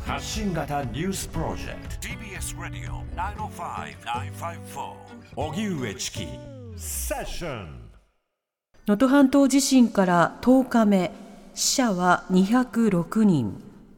発信型ニュースプロジェクト TBS ラディオ905-954 荻上チキセッション。 能登半島地震から10日目、死者は206人。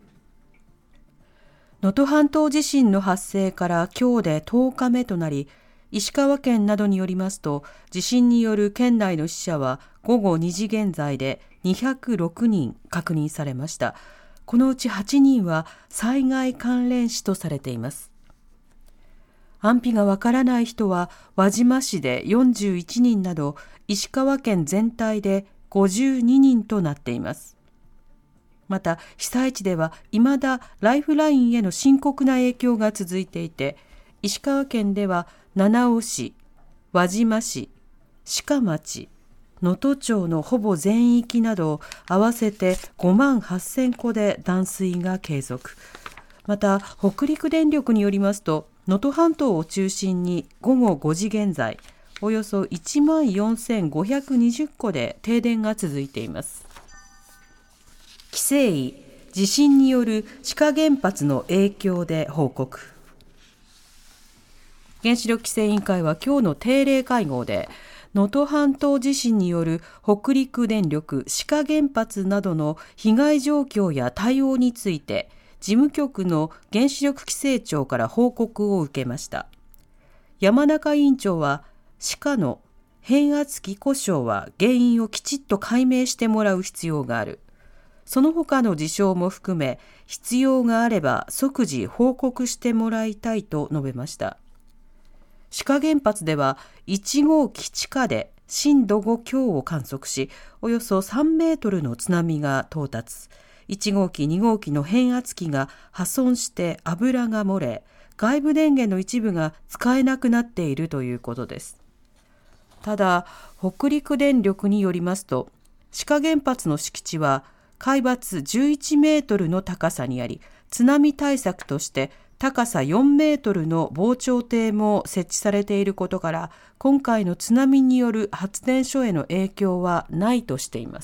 能登半島地震の発生から今日で10日目となり、石川県などによりますと、地震による県内の死者は午後2時現在で206人確認されました。このうち8人は災害関連死とされています。安否がわからない人は輪島市で41人など、石川県全体で52人となっています。また被災地では未だライフラインへの深刻な影響が続いていて、石川県では七尾市、輪島市、志賀町、能登町のほぼ全域など合わせて5万8000戸で断水が継続。また北陸電力によりますと、能登半島を中心に午後5時現在、およそ1万4520戸で停電が続いています。規制委、地震による志賀原発の影響で報告。原子力規制委員会は今日の定例会合で、能登半島地震による北陸電力志賀原発などの被害状況や対応について、事務局の原子力規制庁から報告を受けました。山中委員長は、志賀の変圧器故障は原因をきちっと解明してもらう必要がある。その他の事象も含め、必要があれば即時報告してもらいたいと述べました。志賀原発では1号機地下で震度5強を観測し、およそ3メートルの津波が到達。1号機2号機の変圧器が破損して油が漏れ、外部電源の一部が使えなくなっているということです。ただ北陸電力によりますと、志賀原発の敷地は海抜11メートルの高さにあり、津波対策として高さ4メートルの防潮堤も設置されていることから、今回の津波による発電所への影響はないとしています。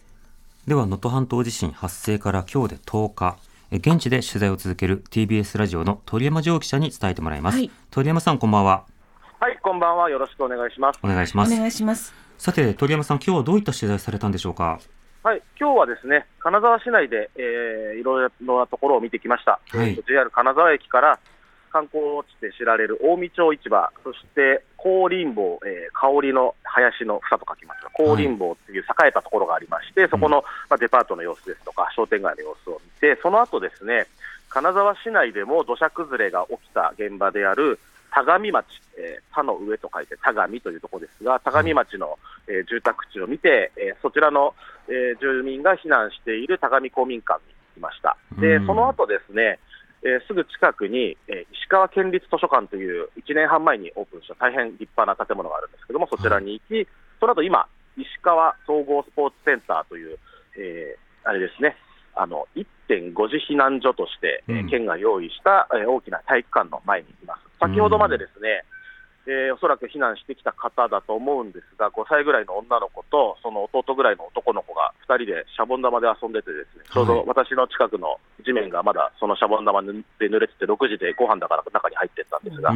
では能登半島地震発生から今日で10日、現地で取材を続ける TBS ラジオの鳥山城記者に伝えてもらいます、はい、鳥山さんこんばんは。 はい、こんばんは。よろしくお願いします。 お願いします。 お願いします。 さて鳥山さん、今日はどういった取材されたんでしょうか。 はい、今日はですね、金沢市内で、いろいろなところを見てきました、はい。JR 金沢駅から観光地で知られる近江町市場、そして香林坊、香りの林の房と書きますが、香林坊っていう栄えたところがありまして、そこの、デパートの様子ですとか商店街の様子を見て、その後ですね、金沢市内でも土砂崩れが起きた現場である田上町、田の上と書いて田上というところですが、田上町の、住宅地を見て、そちらの、住民が避難している田上公民館に行きました。でその後ですね、すぐ近くに、石川県立図書館という1年半前にオープンした大変立派な建物があるんですけども、そちらに行き、その後今石川総合スポーツセンターという、あれですね、1.5 次避難所として、県が用意した、大きな体育館の前にいます。先ほどまでですね、おそらく避難してきた方だと思うんですが、5歳ぐらいの女の子とその弟ぐらいの男の子が2人でシャボン玉で遊んでてですね、ちょうど私の近くの地面がまだそのシャボン玉で濡れてて、6時でご飯だから中に入っていったんですが、はい、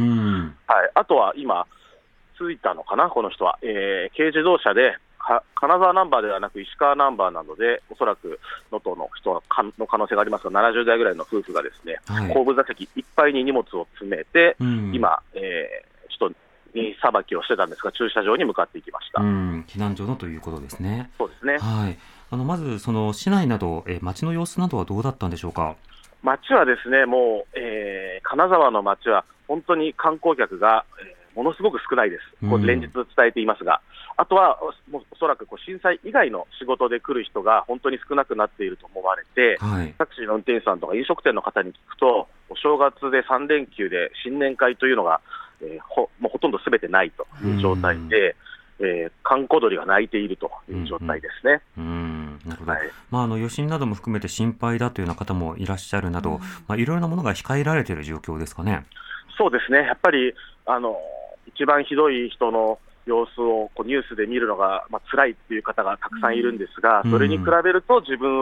あとは今着いたのかな、この人は、軽自動車で金沢ナンバーではなく石川ナンバーなので、おそらく能登の人の可能性がありますが、70代ぐらいの夫婦がですね、後部座席いっぱいに荷物を詰めて、今、ちょっと荷さばきをしてたんですが、駐車場に向かっていきました。 避難所のということですね。 そうですね。 はい、まずその市内など、街の様子などはどうだったんでしょうか。 街はですね、もう、金沢の街は本当に観光客が、ものすごく少ないです。連日伝えていますが、あとはおそらく震災以外の仕事で来る人が本当に少なくなっていると思われて、タクシーの運転手さんとか飲食店の方に聞くと、お正月で3連休で新年会というのが、もうほとんどすべてないという状態で、閑古鳥が鳴いているという状態ですね。 なるほど。余震なども含めて心配だというような方もいらっしゃるなど、いろいろなものが控えられている状況ですかね。 そうですね、やっぱり一番ひどい人の様子をニュースで見るのが、辛いという方がたくさんいるんですが、それに比べると自分は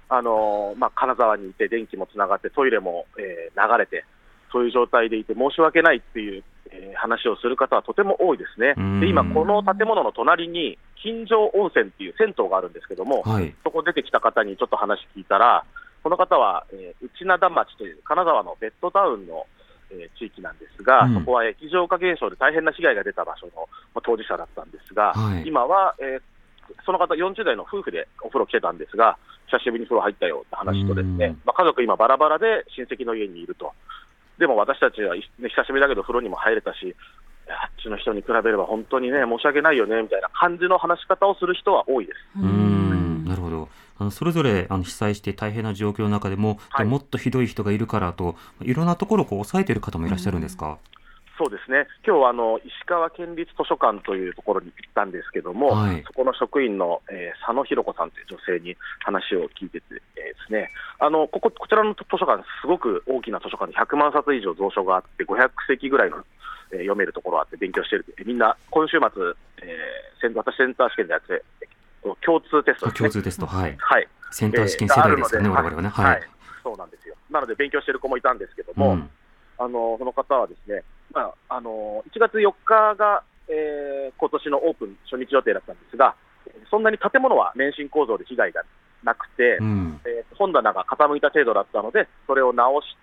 金沢にいて電気もつながってトイレも、流れて、そういう状態でいて申し訳ないっていう、話をする方はとても多いですね。で今この建物の隣に金城温泉っていう銭湯があるんですけども、 はい、 そこ出てきた方にちょっと話聞いたら、この方は、内灘町という金沢のベッドタウンの、地域なんですが、そこは液状化現象で大変な被害が出た場所の、当事者だったんですが、はい、今は、その方40代の夫婦でお風呂来てたんですが、久しぶりに風呂入ったよって話とですね、家族今バラバラで親戚の家にいると。でも私たちは、久しぶりだけど風呂にも入れたし、あっちの人に比べれば本当にね申し訳ないよねみたいな感じの話し方をする人は多いです。 なるほど。それぞれ被災して大変な状況の中でも、はい、もっとひどい人がいるからといろんなところを抑えている方もいらっしゃるんですか？ そうですね、今日は石川県立図書館というところに行ったんですけども、はい、そこの職員の、佐野弘子さんという女性に話を聞いてて、ですね、こちらの図書館、すごく大きな図書館で100万冊以上蔵書があって、500席ぐらいの、読めるところがあって勉強している。みんな今週末、私センター試験でやって共通テストですね。共通テスト、はい、はい、 センター試験世代ですからね、我々はね、はい、 そうなんですよ。なので勉強している子もいたんですけども、その方はですね、1月4日が、今年のオープン初日予定だったんですが、そんなに建物は免震構造で被害がなくて、本棚が傾いた程度だったので、それを直して、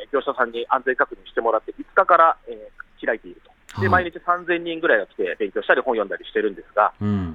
業者さんに安全確認してもらって5日から、開いていると。で、毎日3000人ぐらいが来て勉強したり本読んだりしてるんですが、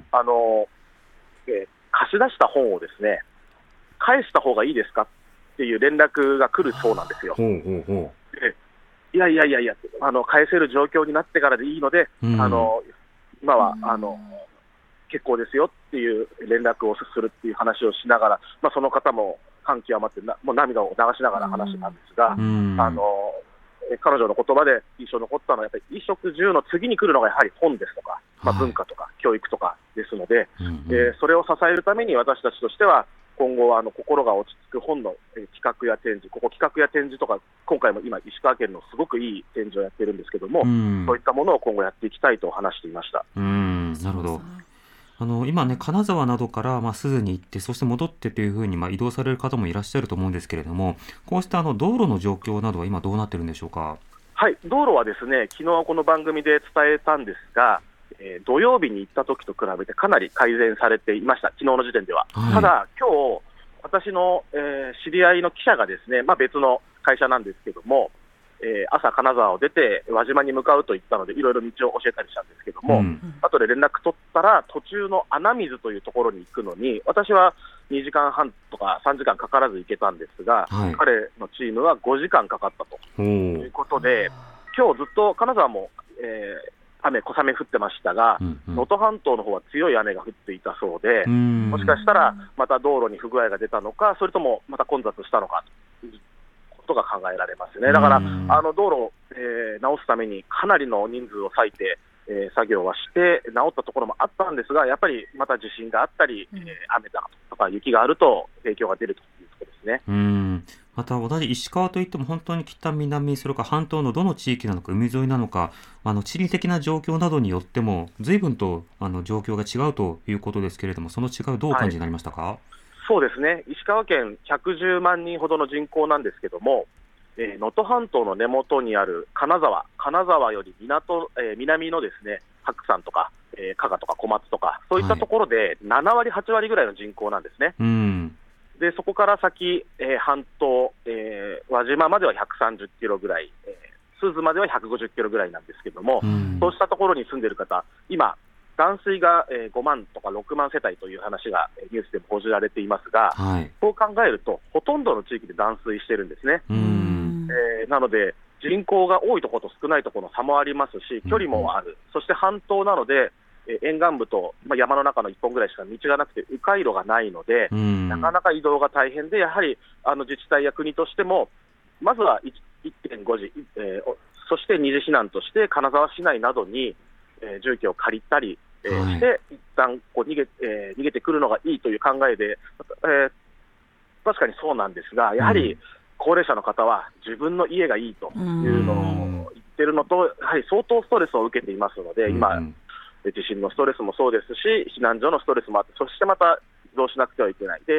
貸し出した本をですね、返した方がいいですかっていう連絡が来るそうなんですよ。いや、返せる状況になってからでいいので、今は結構ですよっていう連絡をするっていう話をしながら、その方も感極まってもう涙を流しながら話してたんですが、彼女の言葉で印象に残ったのは、やっぱり衣食住の次に来るのがやはり本ですとか、文化とか教育とかですので、それを支えるために私たちとしては、今後は心が落ち着く本の企画や展示、企画や展示とか、今回も今、石川県のすごくいい展示をやってるんですけども、そういったものを今後やっていきたいと話していました。 なるほど。今ね、金沢などから珠洲に行って、そして戻ってというふうに移動される方もいらっしゃると思うんですけれども、こうした道路の状況などは今どうなってるんでしょうか？ はい、道路はですね、昨日この番組で伝えたんですが、土曜日に行った時と比べてかなり改善されていました、昨日の時点では。ただ今日私の、知り合いの記者がですね、別の会社なんですけども、朝金沢を出て輪島に向かうと言ったので、いろいろ道を教えたりしたんですけども、後で連絡取ったら途中の穴水というところに行くのに、私は2時間半とか3時間かからず行けたんですが、彼のチームは5時間かかったということで、今日ずっと金沢も、小雨降ってましたが、能登半島の方は強い雨が降っていたそうで、もしかしたらまた道路に不具合が出たのか、それともまた混雑したのかということが考えられますね。だから道路を、直すためにかなりの人数を割いて、作業はして直ったところもあったんですが、やっぱりまた地震があったり、雨だとか雪があると影響が出るということですね。 また同じ石川といっても本当に北、南、それから半島のどの地域なのか、海沿いなのか、地理的な状況などによっても随分と状況が違うということですけれども、その違いどうお感じになりましたか？ そうですね、石川県110万人ほどの人口なんですけども、能登半島の根元にある金沢より南のですね、白山とか、加賀とか小松とか、そういったところで7割、8割ぐらいの人口なんですね。でそこから先、半島、輪島までは130キロぐらい、珠洲までは150キロぐらいなんですけども、そうしたところに住んでいる方、今、断水が5万とか6万世帯という話がニュースでも報じられていますが、そう考えると、ほとんどの地域で断水してるんですね。なので、人口が多いところと少ないところの差もありますし、距離もある、そして半島なので、沿岸部と、山の中の1本ぐらいしか道がなくて、迂回路がないので、なかなか移動が大変で、やはり自治体や国としても、まずは 1.5 時、そして二次避難として金沢市内などに、住居を借りたり、して、一旦逃げてくるのがいいという考えで、確かにそうなんですが、やはり高齢者の方は自分の家がいいというのを言ってるのと、やはり相当ストレスを受けていますので、今、地震のストレスもそうですし、避難所のストレスもあって、そしてまた移動しなくてはいけない。で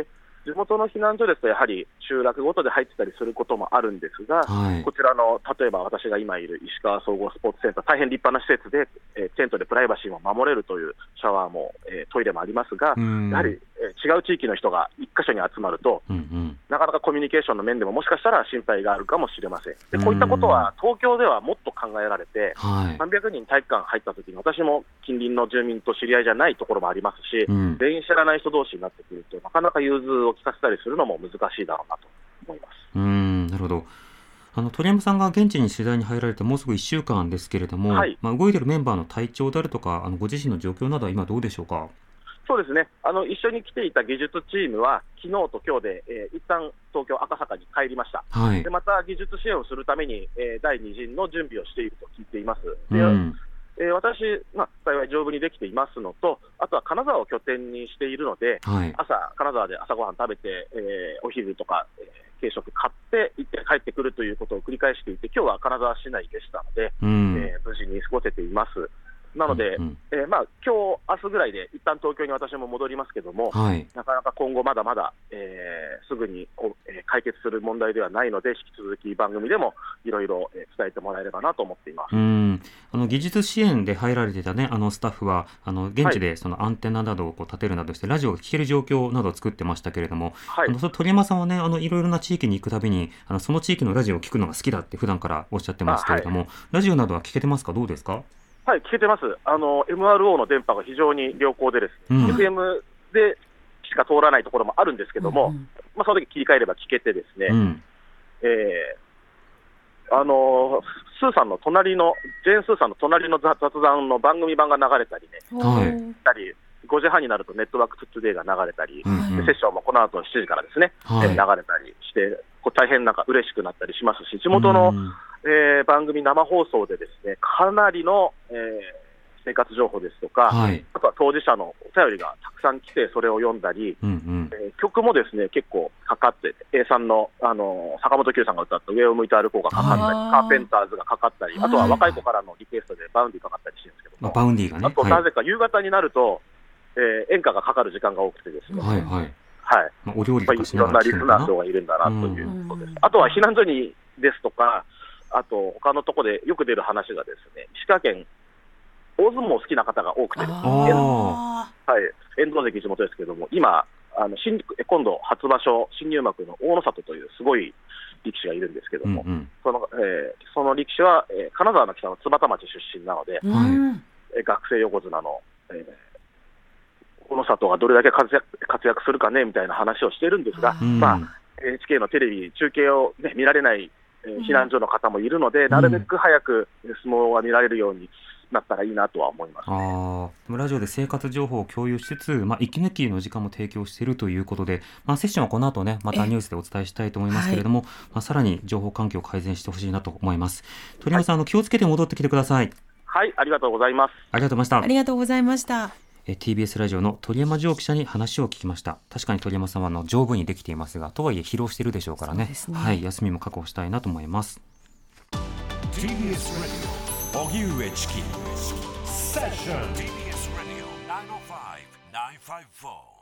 地元の避難所ですとやはり集落ごとで入ってたりすることもあるんですが、 はい、 こちらの例えば私が今いる石川総合スポーツセンター、大変立派な施設で、テントでプライバシーも守れるというシャワーも、トイレもありますが、やはり、違う地域の人が一箇所に集まると、なかなかコミュニケーションの面でももしかしたら心配があるかもしれません。でこういったことは東京ではもっと考えられて、300人体育館入ったときに私も近隣の住民と知り合いじゃないところもありますし、全員知らない人同士になってくるとなかなか融通を利かせたりするのも難しいだろうなと思います。 なるほど。鳥山さんが現地に取材に入られてもうすぐ1週間ですけれども、 はい、 動いているメンバーの体調であるとかご自身の状況などは今どうでしょうか。 そうですね、一緒に来ていた技術チームは昨日と今日で、一旦東京赤坂に帰りました、 はい、 でまた技術支援をするために、第2陣の準備をしていると聞いています。で私、幸い丈夫にできていますのと、あとは金沢を拠点にしているので、 はい、 朝、金沢で朝ごはん食べて、お昼とか、軽食買って行って帰ってくるということを繰り返していて、今日は金沢市内でしたので、無事に過ごせています。なので、今日明日ぐらいで一旦東京に私も戻りますけども、 はい、 なかなか今後まだまだ、すぐに、解決する問題ではないので、引き続き番組でもいろいろ伝えてもらえればなと思っています。 技術支援で入られていた、ね、スタッフは現地でそのアンテナなどを立てるなどして、ラジオが聞ける状況などを作ってましたけれども、はい、鳥山さんはね、いろいろな地域に行くたびにその地域のラジオを聞くのが好きだって普段からおっしゃってますけれども、ラジオなどは聞けてますか、どうですか。 はい、聞けてます。MRO の電波が非常に良好でですね、FM でしか通らないところもあるんですけども、その時切り替えれば聞けてですね、スーさんの隣の、ジェーン・スーさんの隣の雑談の番組版が流れたりね、5時半になるとネットワークトゥデイが流れたり、セッションもこの後7時からですね、流れたりして、大変なんか嬉しくなったりしますし、地元の番組生放送でですね、かなりの、生活情報ですとか、あとは当事者のお便りがたくさん来て、それを読んだり、曲もですね結構かかって、A さんの、坂本九さんが歌った上を向いて歩こうがかかったり、カーペンターズがかかったり、あとは若い子からのリクエストでバウンディかかったりしてるんですけども、 バウンディがね、 あとなぜか夕方になると、演歌がかかる時間が多くてですね、 お料理とかしいろんなリスナー層がいるんだなということです。あとは避難所にですとか、あと他のところでよく出る話がですね、石川県大相撲好きな方が多くてですね、遠藤関地元ですけれども、今度初場所新入幕の大野里というすごい力士がいるんですけども、その力士は、金沢の北の津幡町出身なので、学生横綱の、大野里がどれだけ活躍するかねみたいな話をしているんですが、NHK のテレビ中継を、見られない、避難所の方もいるので、なるべく早く相撲が見られるようになったらいいなとは思いますね。 ラジオで生活情報を共有しつつ、息抜きの時間も提供しているということで、セッションはこの後ね、またニュースでお伝えしたいと思いますけれども、さらに情報環境を改善してほしいなと思います。鳥山さん、気をつけて戻ってきてください。 はい、ありがとうございます。 ありがとうございました。 ありがとうございました。 TBS ラジオの鳥山城記者に話を聞きました。確かに鳥山さんは丈夫にできていますが、とはいえ疲労しているでしょうからね。休みも確保したいなと思います。 TBS ラジオ荻上チキセッション TBS Radio 905-954